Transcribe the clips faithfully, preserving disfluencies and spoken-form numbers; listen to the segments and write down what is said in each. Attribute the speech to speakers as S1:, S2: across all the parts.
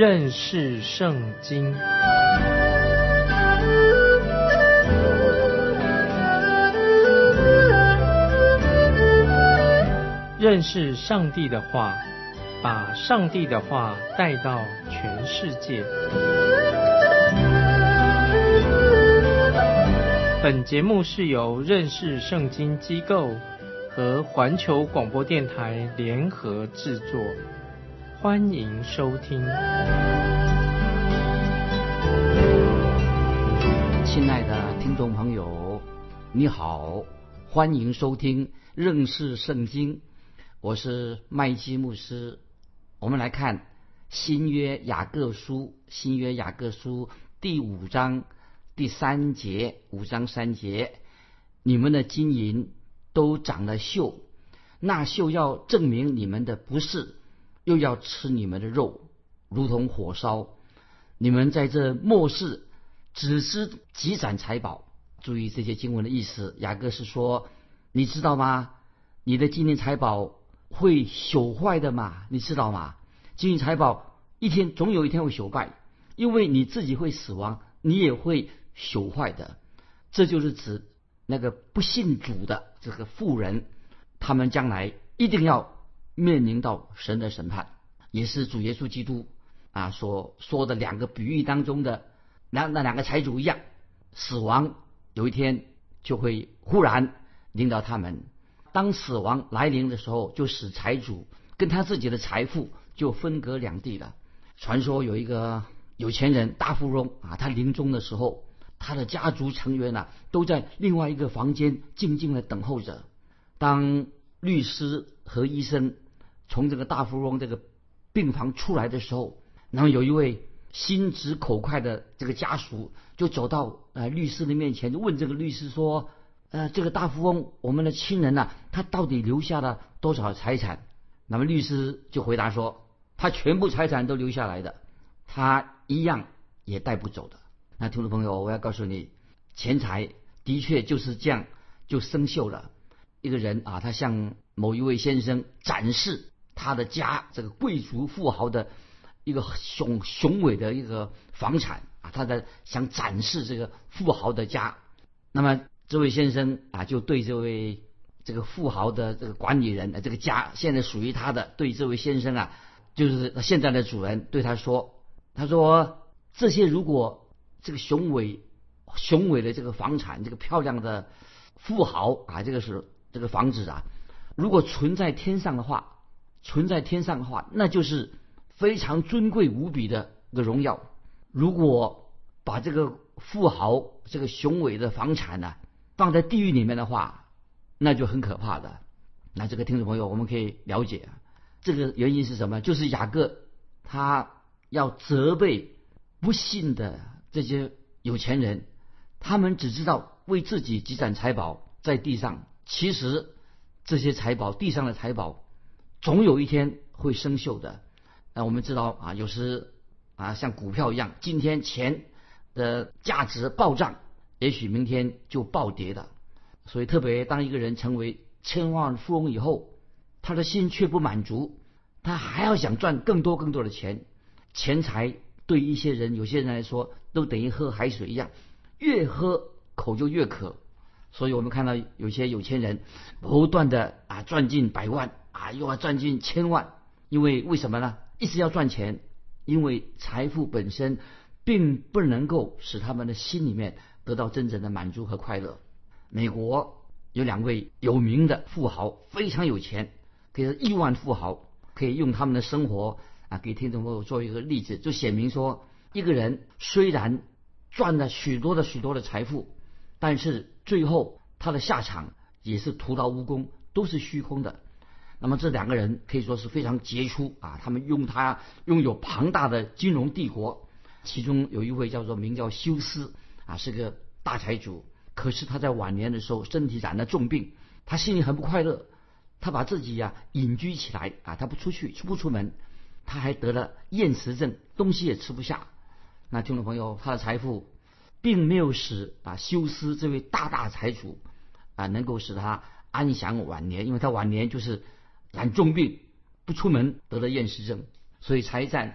S1: 认识圣经。认识上帝的话，把上帝的话带到全世界。本节目是由认识圣经机构和环球广播电台联合制作，欢迎收听。
S2: 亲爱的听众朋友，你好，欢迎收听认识圣经，我是麦基牧师。我们来看新约雅各书，新约雅各书第五章第三节，五章三节，你们的金银都长了锈，那锈要证明你们的不是，又要吃你们的肉，如同火烧。你们在这末世只知积攒财宝。注意这些经文的意思，雅各是说，你知道吗？你的金银财宝会朽坏的嘛？你知道吗？金银财宝一天总有一天会朽败，因为你自己会死亡，你也会朽坏的。这就是指那个不信主的这个妇人，他们将来一定要面临到神的审判，也是主耶稣基督啊所说的两个比喻当中的那那两个财主一样，死亡有一天就会忽然临到他们。当死亡来临的时候，就使财主跟他自己的财富就分隔两地了。传说有一个有钱人大富翁啊，他临终的时候，他的家族成员啊都在另外一个房间静静的等候着。当律师和医生从这个大富翁这个病房出来的时候，然后有一位心直口快的这个家属就走到呃律师的面前，就问这个律师说，呃这个大富翁我们的亲人啊，他到底留下了多少财产？那么律师就回答说，他全部财产都留下来的，他一样也带不走的。那听众朋友，我要告诉你，钱财的确就是这样就生锈了。一个人啊，他向某一位先生展示他的家，这个贵族富豪的一个雄雄伟的一个房产啊，他在想展示这个富豪的家。那么这位先生啊，就对这位这个富豪的这个管理人，这个家现在属于他的，对这位先生啊，就是现在的主人，对他说，他说这些如果这个雄伟雄伟的这个房产，这个漂亮的富豪啊，这个是这个房子啊，如果存在天上的话，存在天上的话，那就是非常尊贵无比的一个荣耀。如果把这个富豪这个雄伟的房产呢、啊、放在地狱里面的话，那就很可怕的。那这个听众朋友，我们可以了解啊，这个原因是什么？就是雅各他要责备不信的这些有钱人，他们只知道为自己积攒财宝在地上，其实这些财宝，地上的财宝总有一天会生锈的。那我们知道啊，有时啊像股票一样，今天钱的价值暴涨，也许明天就暴跌的。所以特别当一个人成为千万富翁以后，他的心却不满足，他还要想赚更多更多的钱。钱财对一些人，有些人来说都等于喝海水一样，越喝口就越渴。所以我们看到有些有钱人不断的啊赚进百万啊，又要赚进千万，因为为什么呢？一直要赚钱，因为财富本身并不能够使他们的心里面得到真正的满足和快乐。美国有两位有名的富豪，非常有钱，可以说亿万富豪，可以用他们的生活啊给听众朋友做一个例子，就显明说，一个人虽然赚了许多的许多的财富，但是最后他的下场也是徒劳无功，都是虚空的。那么这两个人可以说是非常杰出啊，他们用他拥有庞大的金融帝国。其中有一位叫做名叫休斯啊，是个大财主，可是他在晚年的时候身体染了重病，他心里很不快乐，他把自己呀、啊、隐居起来啊，他不出去，不出门，他还得了厌食症，东西也吃不下。那听众朋友，他的财富并没有使啊休斯这位大大财主啊能够使他安享晚年，因为他晚年就是染重病，不出门，得了厌食症，所以才在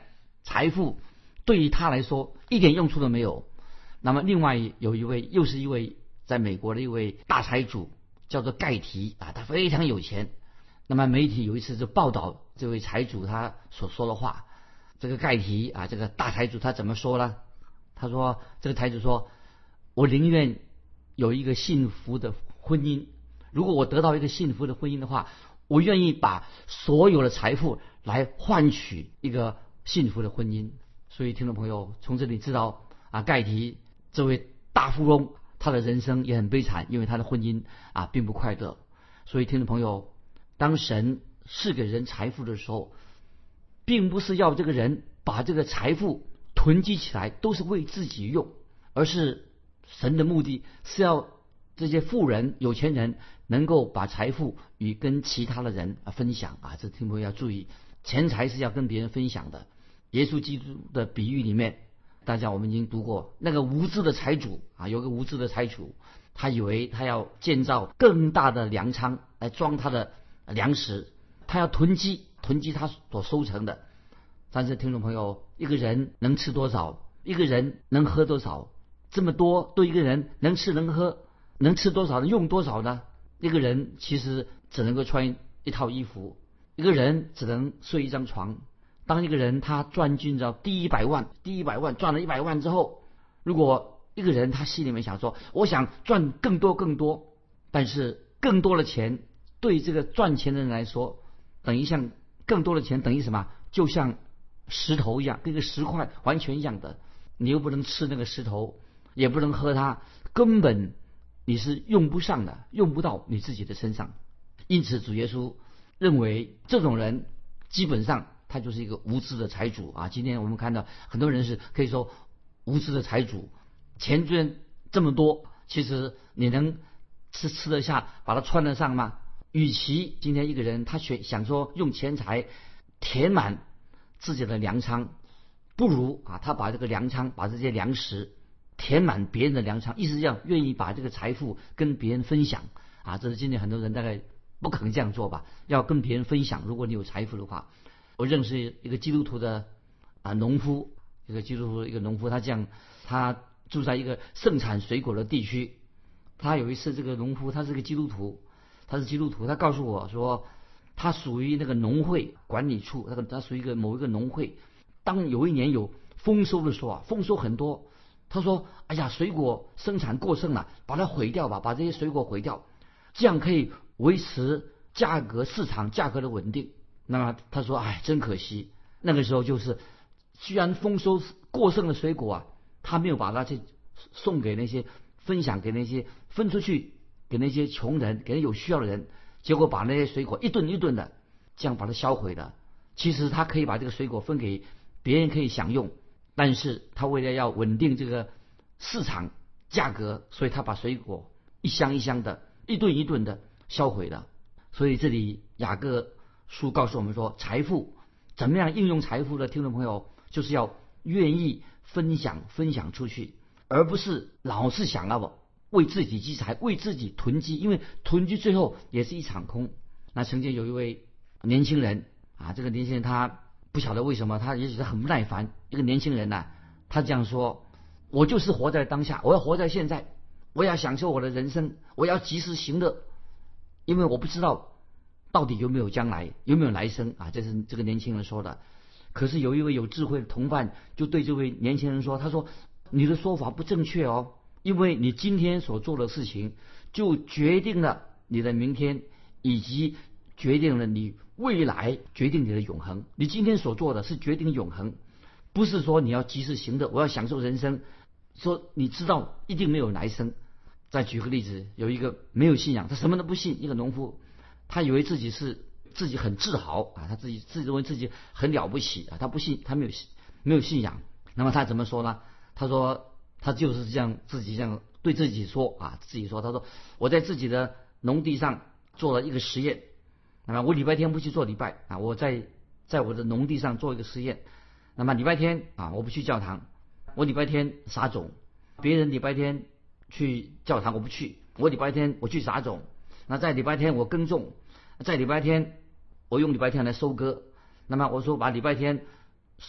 S2: 财富对于他来说一点用处都没有。那么另外有一位，又是一位在美国的一位大财主，叫做盖提啊，他非常有钱。那么媒体有一次就报道这位财主他所说的话。这个盖提啊，这个大财主他怎么说呢？他说，这个财主说，我宁愿有一个幸福的婚姻，如果我得到一个幸福的婚姻的话，我愿意把所有的财富来换取一个幸福的婚姻。所以听众朋友从这里知道啊，盖提这位大富翁他的人生也很悲惨，因为他的婚姻啊并不快乐。所以听众朋友，当神赐给人财富的时候，并不是要这个人把这个财富囤积起来都是为自己用，而是神的目的是要这些富人有钱人能够把财富与跟其他的人分享啊，这听众朋友要注意，钱财是要跟别人分享的。耶稣基督的比喻里面，大家我们已经读过，那个无知的财主啊，有个无知的财主，他以为他要建造更大的粮仓来装他的粮食，他要囤积囤积他所收成的。但是听众朋友，一个人能吃多少，一个人能喝多少，这么多对一个人能吃能喝能吃多少用多少呢？一个人其实只能够穿一套衣服，一个人只能睡一张床。当一个人他赚进了第一百万第一百万赚了一百万之后，如果一个人他心里面想说我想赚更多更多，但是更多的钱对这个赚钱的人来说，等于像更多的钱等于什么？就像石头一样，跟个石块完全一样的，你又不能吃那个石头，也不能喝它，根本你是用不上的，用不到你自己的身上。因此主耶稣认为这种人基本上他就是一个无知的财主啊。今天我们看到很多人是可以说无知的财主，钱赚这么多，其实你能吃吃得下，把它穿得上吗？与其今天一个人他选想说用钱财填满自己的粮仓，不如啊他把这个粮仓把这些粮食填满别人的粮仓，意思是这样，愿意把这个财富跟别人分享啊。这是今天很多人大概不可能这样做吧，要跟别人分享。如果你有财富的话，我认识一个基督徒的啊农夫，一个基督徒一个农夫，他这样，他住在一个盛产水果的地区。他有一次，这个农夫他是个基督徒，他是基督徒，他告诉我说，他属于那个农会管理处，那个他属于一个某一个农会。当有一年有丰收的时候啊，丰收很多，他说：“哎呀，水果生产过剩了，把它毁掉吧，把这些水果毁掉，这样可以维持价格市场价格的稳定。”那么他说：“哎，真可惜。”那个时候就是，居然丰收过剩的水果啊，他没有把它去送给那些分享给那些分出去给那些穷人，给那有需要的人，结果把那些水果一顿一顿的这样把它销毁了。其实他可以把这个水果分给别人可以享用，但是他为了要稳定这个市场价格，所以他把水果一箱一箱的一顿一顿的销毁了。所以这里雅各书告诉我们说，财富怎么样应用财富的听众朋友，就是要愿意分享分享出去，而不是老是想要为自己积财，为自己囤积，因为囤积最后也是一场空。那曾经有一位年轻人啊，这个年轻人他不晓得为什么，他也许他很不耐烦。一个年轻人呐、啊，他这样说：“我就是活在当下，我要活在现在，我要享受我的人生，我要及时行乐，因为我不知道到底有没有将来，有没有来生啊。”这是这个年轻人说的。可是有一位有智慧的同伴就对这位年轻人说：“他说你的说法不正确哦，因为你今天所做的事情就决定了你的明天，以及决定了你未来，决定你的永恒。你今天所做的是决定永恒，不是说你要及时行乐，我要享受人生，说你知道一定没有来生。”再举个例子，有一个没有信仰，他什么都不信，一个农夫，他以为自己是自己很自豪啊，他自己自己认为自己很了不起啊，他不信，他没有没有信仰。那么他怎么说呢？他说他就是这样自己这样对自己说啊，自己说，他说我在自己的农地上做了一个实验。那么我礼拜天不去做礼拜啊，我在在我的农地上做一个实验。那么礼拜天啊，我不去教堂，我礼拜天撒种。别人礼拜天去教堂，我不去，我礼拜天我去撒种。那在礼拜天我耕种，在礼拜天我用礼拜天来收割。那么我说把礼拜天所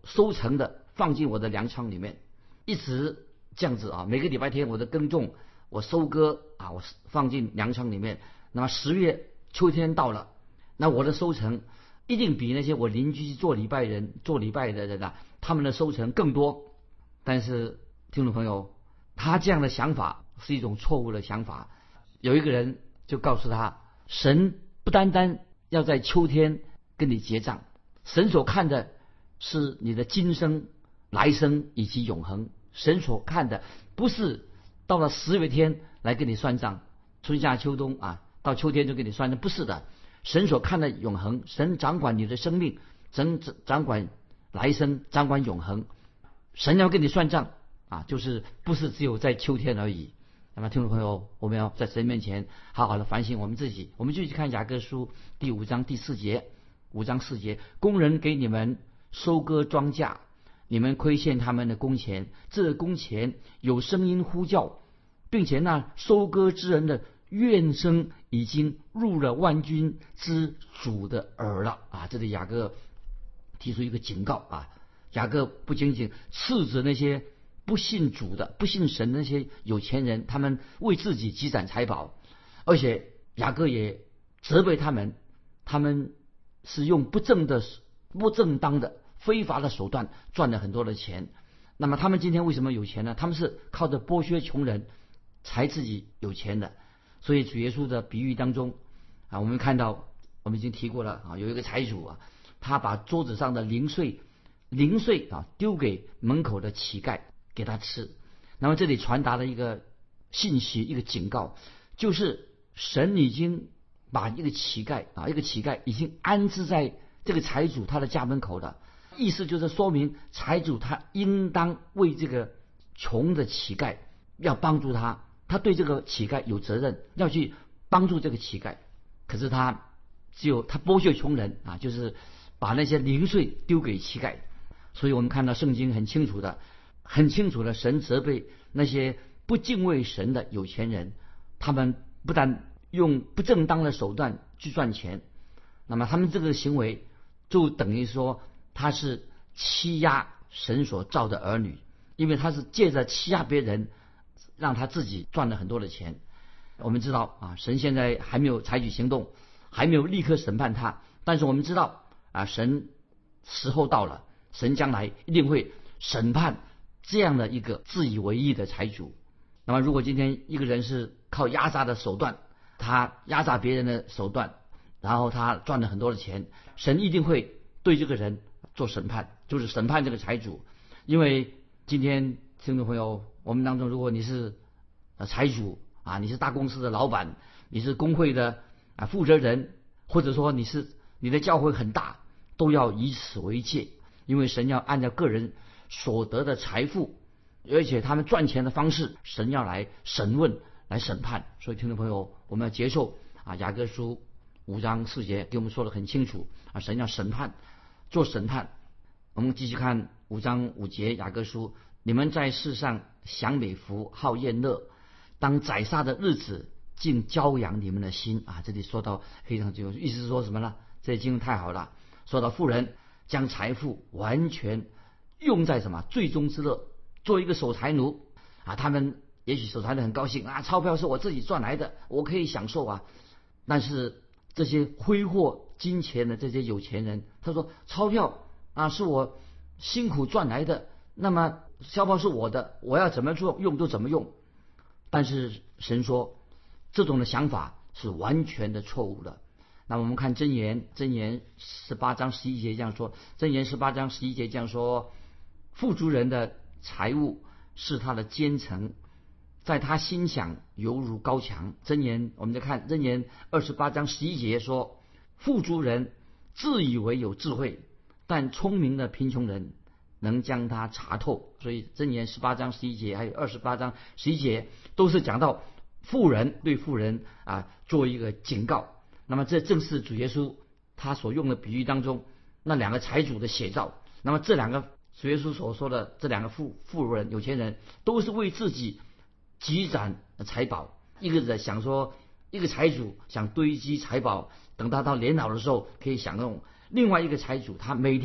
S2: 收成的放进我的粮仓里面，一直这样子啊，每个礼拜天我的耕种，我收割啊，我放进粮仓里面。那么十月秋天到了，那我的收成一定比那些我邻居做礼拜人做礼拜的人啊，他们的收成更多。但是听众朋友，他这样的想法是一种错误的想法。有一个人就告诉他，神不单单要在秋天跟你结账，神所看的是你的今生、来生以及永恒。神所看的不是到了十月天来跟你算账，春夏秋冬啊，到秋天就给你算账，不是的。神所看的永恒，神掌管你的生命，神掌管来生，掌管永恒。神要跟你算账啊，就是不是只有在秋天而已。那么听众朋友，我们要在神面前好好的反省我们自己。我们继续看雅各书第五章第四节，五章四节，工人给你们收割庄稼，你们亏欠他们的工钱，这工钱有声音呼叫，并且那收割之人的怨声已经入了万军之主的耳了啊！这里雅各提出一个警告啊，雅各不仅仅斥责那些不信主的、不信神的那些有钱人，他们为自己积攒财宝，而且雅各也责备他们，他们是用不正的、不正当的、非法的手段赚了很多的钱。那么他们今天为什么有钱呢？他们是靠着剥削穷人才自己有钱的。所以主耶稣的比喻当中啊，我们看到我们已经提过了啊，有一个财主啊，他把桌子上的零碎零碎啊丢给门口的乞丐给他吃。那么这里传达了一个信息，一个警告，就是神已经把一个乞丐啊，一个乞丐已经安置在这个财主他的家门口的，意思就是说明财主他应当为这个穷的乞丐要帮助他，他对这个乞丐有责任，要去帮助这个乞丐。可是他只有他剥削穷人啊，就是把那些零碎丢给乞丐。所以我们看到圣经很清楚的很清楚的神责备那些不敬畏神的有钱人，他们不但用不正当的手段去赚钱，那么他们这个行为就等于说他是欺压神所造的儿女，因为他是借着欺压别人让他自己赚了很多的钱。我们知道啊，神现在还没有采取行动，还没有立刻审判他，但是我们知道啊，神时候到了，神将来一定会审判这样的一个自以为义的财主。那么如果今天一个人是靠压榨的手段，他压榨别人的手段，然后他赚了很多的钱，神一定会对这个人做审判，就是审判这个财主。因为今天听众朋友，我们当中如果你是呃财主啊，你是大公司的老板，你是工会的啊负责人，或者说你是你的教会很大，都要以此为戒，因为神要按照个人所得的财富，而且他们赚钱的方式，神要来审问来审判。所以听众朋友，我们要接受啊雅各书五章四节给我们说得很清楚啊，神要审判，做审判。我们继续看五章五节雅各书，你们在世上享美福，好宴乐，当宰杀的日子竟骄养你们的心啊！这里说到非常重要，意思是说什么呢？这经文太好了，说到富人将财富完全用在什么最终之乐，做一个守财奴啊，他们也许守财奴很高兴啊，钞票是我自己赚来的，我可以享受啊。但是这些挥霍金钱的这些有钱人，他说钞票啊是我辛苦赚来的，那么钞票是我的，我要怎么做用就怎么用。但是神说这种的想法是完全的错误的。那我们看箴言，箴言十八章十一节这样说，箴言十八章十一节这样说，富足人的财物是他的坚城，在他心想犹如高墙。箴言我们再看箴言二十八章十一节说，富足人自以为有智慧，但聪明的贫穷人能将它查透。所以箴言十八章十一节还有二十八章十一节都是讲到富人对富人啊做一个警告。那么这正是主耶稣他所用的比喻当中那两个财主的写照。那么这两个主耶稣所说的这两个富富人有钱人都是为自己积攒财宝，一个人想说一个财主想堆积财宝，等他到年老的时候可以享用，另外一个财主他每天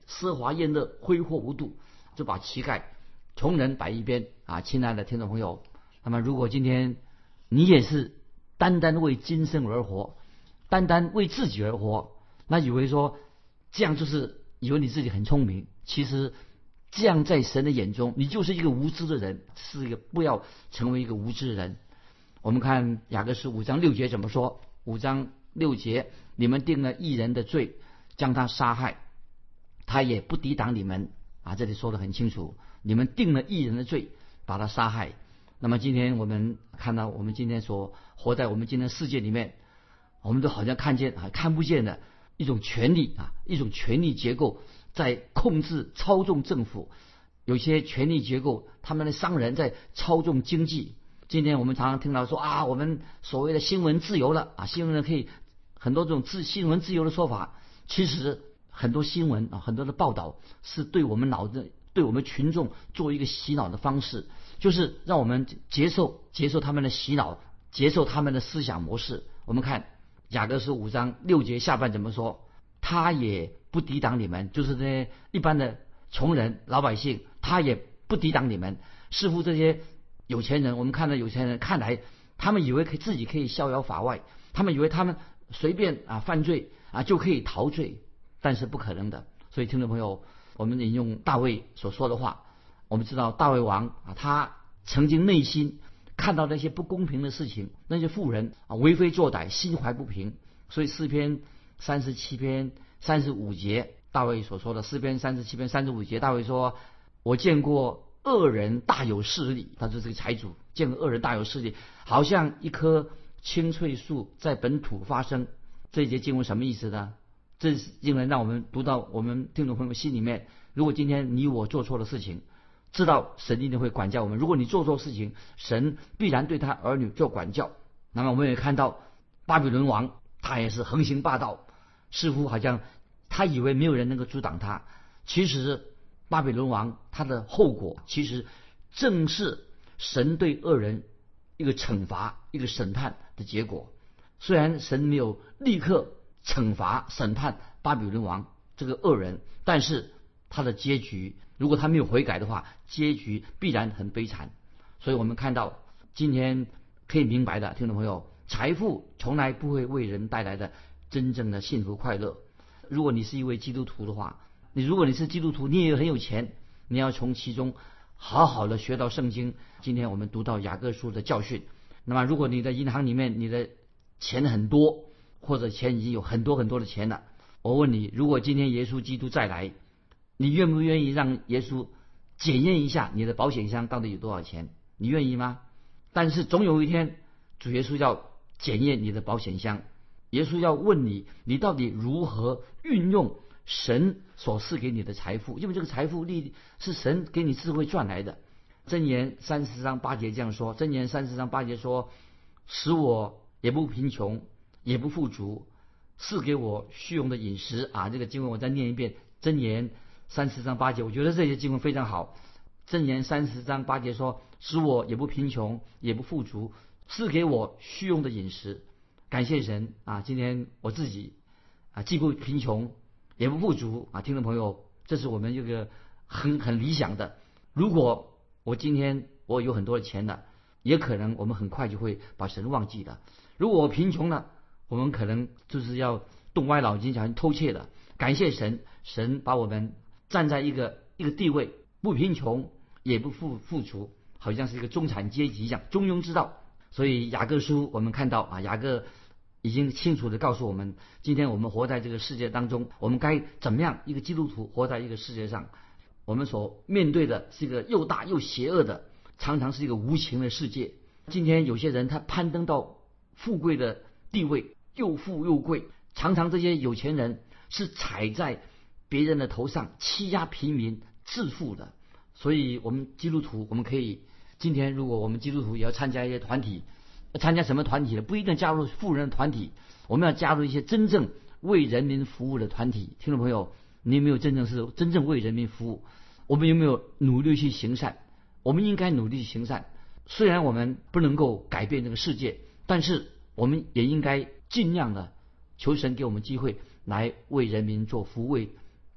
S2: 奢华宴乐，挥霍无度，就把乞丐、穷人摆一边啊。亲爱的听众朋友，那么如果今天你也是单单为今生而活，单单为自己而活，那以为说这样就是以为你自己很聪明，其实这样在神的眼中，你就是一个无知的人，是一个不要成为一个无知的人。我们看雅各书五章六节怎么说？五章六节，你们定了义人的罪，将他杀害，他也不抵挡你们啊！这里说得很清楚，你们定了义人的罪，把他杀害。那么今天我们看到，我们今天所活在我们今天世界里面，我们都好像看见啊看不见的一种权力啊，一种权力结构在控制操纵政府，有些权力结构，他们的商人在操纵经济。今天我们常常听到说啊，我们所谓的新闻自由了啊，新闻人可以很多这种自新闻自由的说法，其实很多新闻啊，很多的报道是对我们脑子、对我们群众做一个洗脑的方式，就是让我们接受接受他们的洗脑，接受他们的思想模式。我们看雅各书五章六节下半怎么说？他也不抵挡你们，就是这些一般的穷人老百姓，他也不抵挡你们。似乎这些有钱人，我们看到有钱人看来他们以为可以自己可以逍遥法外，他们以为他们随便啊犯罪啊就可以逃罪，但是不可能的。所以听众朋友，我们引用大卫所说的话，我们知道大卫王啊，他曾经内心看到那些不公平的事情，那些富人啊为非作歹，心怀不平。所以诗篇三十七篇三十五节，大卫所说的诗篇三十七篇三十五节，大卫说：我见过恶人大有势力，他就是这个财主，见过恶人大有势力，好像一棵青翠树在本土发生。这一节经文什么意思呢？这经文让我们读到我们听众朋友心里面，如果今天你我做错了事情，知道神一定会管教我们。如果你做错事情，神必然对他儿女做管教。那么我们也看到巴比伦王他也是横行霸道，似乎好像他以为没有人能够阻挡他，其实巴比伦王他的后果其实正是神对恶人一个惩罚、一个审判的结果。虽然神没有立刻惩罚审判巴比伦王这个恶人，但是他的结局，如果他没有悔改的话，结局必然很悲惨。所以我们看到今天可以明白的听众朋友，财富从来不会为人带来的真正的幸福快乐。如果你是一位基督徒的话，你如果你是基督徒，你也很有钱，你要从其中好好的学到圣经。今天我们读到雅各书的教训。那么如果你的银行里面你的钱很多，或者钱已经有很多很多的钱了，我问你，如果今天耶稣基督再来，你愿不愿意让耶稣检验一下你的保险箱到底有多少钱？你愿意吗？但是总有一天主耶稣要检验你的保险箱，耶稣要问你，你到底如何运用神所赐给你的财富，因为这个财富力是神给你智慧赚来的。箴言三十章八节这样说，箴言三十章八节说：使我也不贫穷，也不富足，赐给我虚用的饮食啊。这个经文我再念一遍，箴言三十章八节，我觉得这些经文非常好。箴言三十章八节说：使我也不贫穷，也不富足，赐给我虚用的饮食。感谢神啊！今天我自己啊，既不贫穷，也不富足啊。听众朋友，这是我们这个很很理想的。如果我今天我有很多的钱了，也可能我们很快就会把神忘记了。如果我贫穷了，我们可能就是要动歪脑筋，想偷窃的。感谢神，神把我们站在一个一个地位，不贫穷也不富富足，好像是一个中产阶级一样，中庸之道。所以雅各书我们看到啊，雅各已经清楚地告诉我们，今天我们活在这个世界当中，我们该怎么样？一个基督徒活在一个世界上，我们所面对的是一个又大又邪恶的，常常是一个无情的世界。今天有些人他攀登到富贵的地位，又富又贵，常常这些有钱人是踩在别人的头上，欺压平民，致富的。所以我们基督徒，我们可以今天如果我们基督徒也要参加一些团体，参加什么团体呢？不一定加入富人的团体，我们要加入一些真正为人民服务的团体。听众朋友，你有没有真正是真正为人民服务？我们有没有努力去行善？我们应该努力去行善。虽然我们不能够改变这个世界，但是我们也应该尽量的求神给我们机会来为人民做服务，为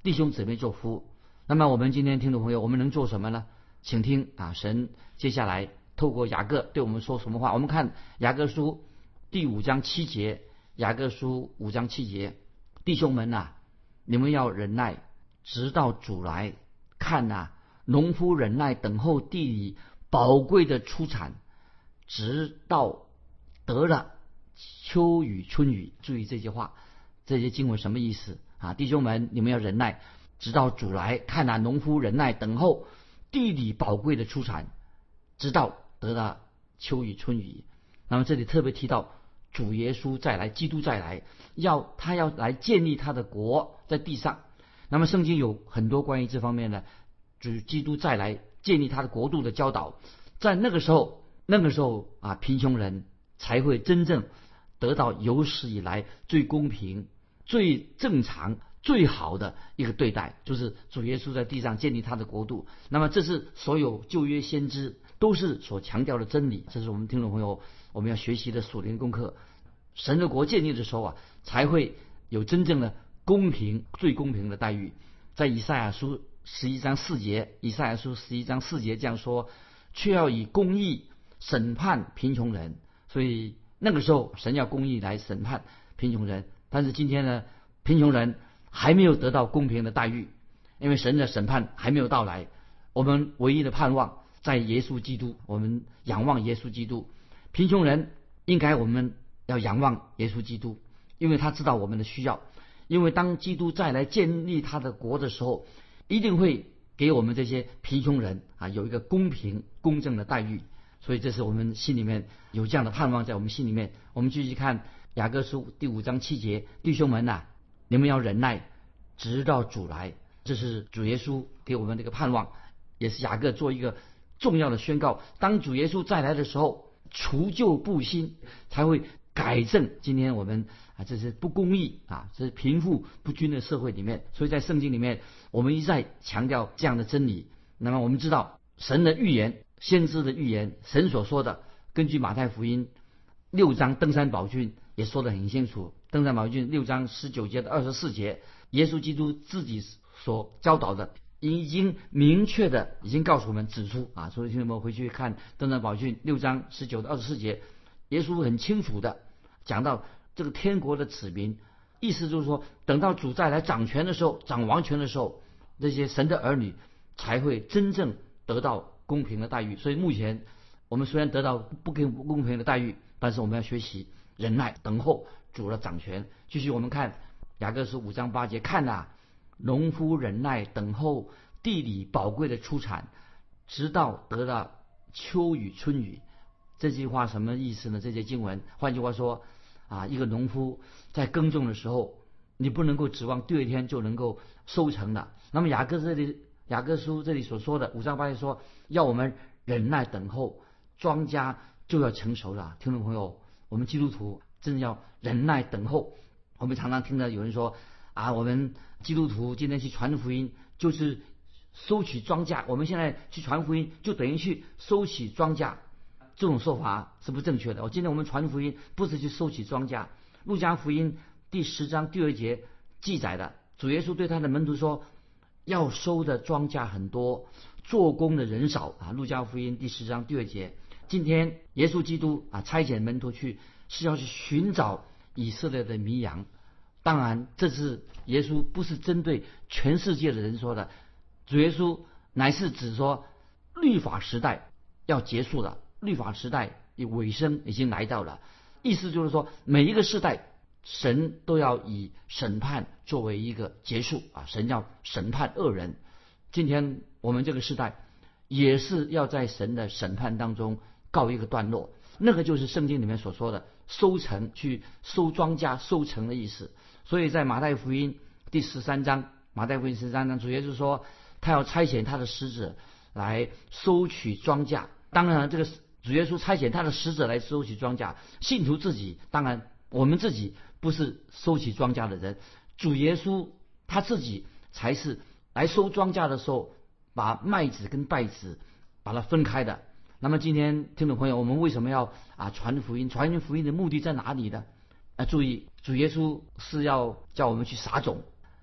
S2: 弟兄姊妹作福。那么我们今天听众朋友，我们能做什么呢？请听啊，神接下来透过雅各对我们说什么话？我们看雅各书第五章七节，雅各书五章七节，弟兄们啊，你们要忍耐，直到主来。看啊，农夫忍耐等候地里宝贵的出产，直到得了秋雨春雨。注意这些话，这些经文什么意思啊？弟兄们，你们要忍耐，直到主来。看啊，农夫忍耐等候地里宝贵的出产，直到得了秋雨春雨。那么这里特别提到主耶稣再来，基督再来，要他要来建立他的国在地上。那么圣经有很多关于这方面的主基督再来建立他的国度的教导。在那个时候，那个时候啊，贫穷人才会真正得到有史以来最公平、最正常、最好的一个对待，就是主耶稣在地上建立他的国度。那么这是所有旧约先知都是所强调的真理，这是我们听众朋友我们要学习的属灵功课。神的国建立的时候啊，才会有真正的公平、最公平的待遇。在以赛亚书十一章四节，以赛亚书十一章四节这样说：却要以公义审判贫穷人。所以那个时候神要公义来审判贫穷人，但是今天呢，贫穷人还没有得到公平的待遇，因为神的审判还没有到来。我们唯一的盼望在耶稣基督，我们仰望耶稣基督。贫穷人应该我们要仰望耶稣基督，因为他知道我们的需要。因为当基督再来建立他的国的时候，一定会给我们这些贫穷人啊有一个公平公正的待遇。所以这是我们心里面有这样的盼望在我们心里面。我们继续看雅各书第五章七节，弟兄们啊，你们要忍耐，直到主来。这是主耶稣给我们这个盼望，也是雅各做一个重要的宣告。当主耶稣再来的时候，除旧布新，才会改正今天我们啊这是不公义啊，这是贫富不均的社会里面。所以在圣经里面，我们一再强调这样的真理。那么我们知道神的预言、先知的预言，神所说的，根据马太福音六章登山宝训也说得很清楚。登山宝训六章十九节的二十四节，耶稣基督自己所教导的，已经明确的已经告诉我们指出啊。所以听众们回去看登山宝训六章十九的二十四节，耶稣很清楚的讲到这个天国的子民，意思就是说，等到主再来掌权的时候，掌王权的时候，这些神的儿女才会真正得到公平的待遇。所以目前我们虽然得到不公平的待遇，但是我们要学习忍耐，等候主的掌权。继续我们看雅各书五章八节，看啊，农夫忍耐等候地里宝贵的出产，直到得到秋雨春雨。这句话什么意思呢？这些经文换句话说啊，一个农夫在耕种的时候，你不能够指望第二天就能够收成的。那么雅各这里雅各书这里所说的五章八节说，要我们忍耐等候，庄稼就要成熟了。听众朋友，我们基督徒真的要忍耐等候。我们常常听到有人说啊，我们基督徒今天去传福音就是收取庄稼，我们现在去传福音就等于去收取庄稼。这种说法是不正确的。我今天我们传福音不是去收取庄稼。路加福音第十章第二节记载的，主耶稣对他的门徒说，要收的庄稼很多，做工的人少啊。路加福音第十章第二节。今天耶稣基督啊差遣门徒去，是要去寻找以色列的迷羊。当然这是耶稣不是针对全世界的人说的，主耶稣乃是指说律法时代要结束了，律法时代尾声已经来到了。意思就是说，每一个世代神都要以审判作为一个结束啊，神要审判恶人。今天我们这个世代也是要在神的审判当中告一个段落，那个就是圣经里面所说的收成，去收庄稼收成的意思。所以在马太福音第十三章，马太福音十三章主耶稣说，他要差遣他的使者来收取庄稼。当然这个主耶稣差遣他的使者来收取庄稼，信徒自己，当然我们自己不是收取庄稼的人，主耶稣他自己才是来收庄稼的时候把麦子跟稗子把它分开的。那么今天听众朋友，我们为什么要啊传福音？传福音的目的在哪里呢？啊，注意，主耶稣是要叫我们去撒种，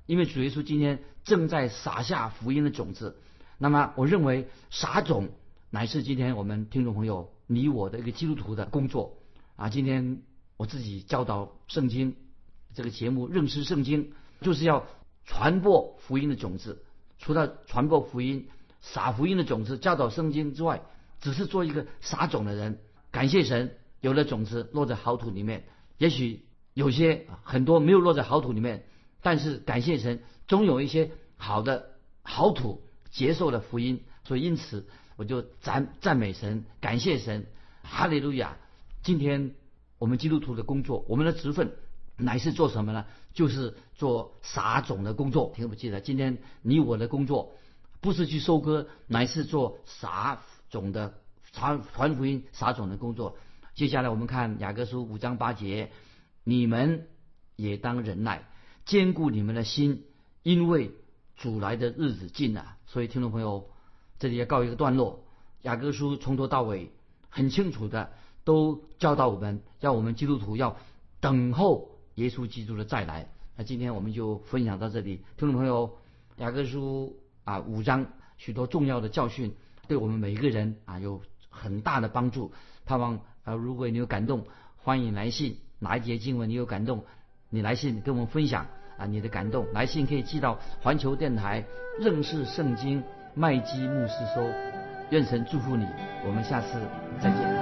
S2: 因为主耶稣今天正在撒下福音的种子。那么我认为撒种乃是今天我们听众朋友你我的一个基督徒的工作啊。今天我自己教导圣经这个节目认识圣经，就是要传播福音的种子。除了传播福音撒福音的种子教导圣经之外，只是做一个撒种的人。感谢神有了种子落在好土里面，也许有些很多没有落在好土里面，但是感谢神总有一些好的好土接受了福音。所以因此我就赞赞美神，感谢神，哈利路亚。今天我们基督徒的工作，我们的职分乃是做什么呢？就是做撒种的工作。听不记得今天你我的工作不是去收割，乃是做撒种的传传福音撒种的工作。接下来我们看雅各书五章八节，你们也当忍耐，坚固你们的心，因为主来的日子近了。所以听众朋友，这里要告一个段落。雅各书从头到尾很清楚的都教导我们，要我们基督徒要等候耶稣基督的再来。那今天我们就分享到这里。听众朋友，雅各书啊五章许多重要的教训，对我们每一个人啊有很大的帮助。盼望啊，如果你有感动，欢迎来信，哪一节经文你有感动，你来信跟我们分享啊你的感动。来信可以寄到环球电台认识圣经麦基牧师收。愿神祝福你，我们下次再见。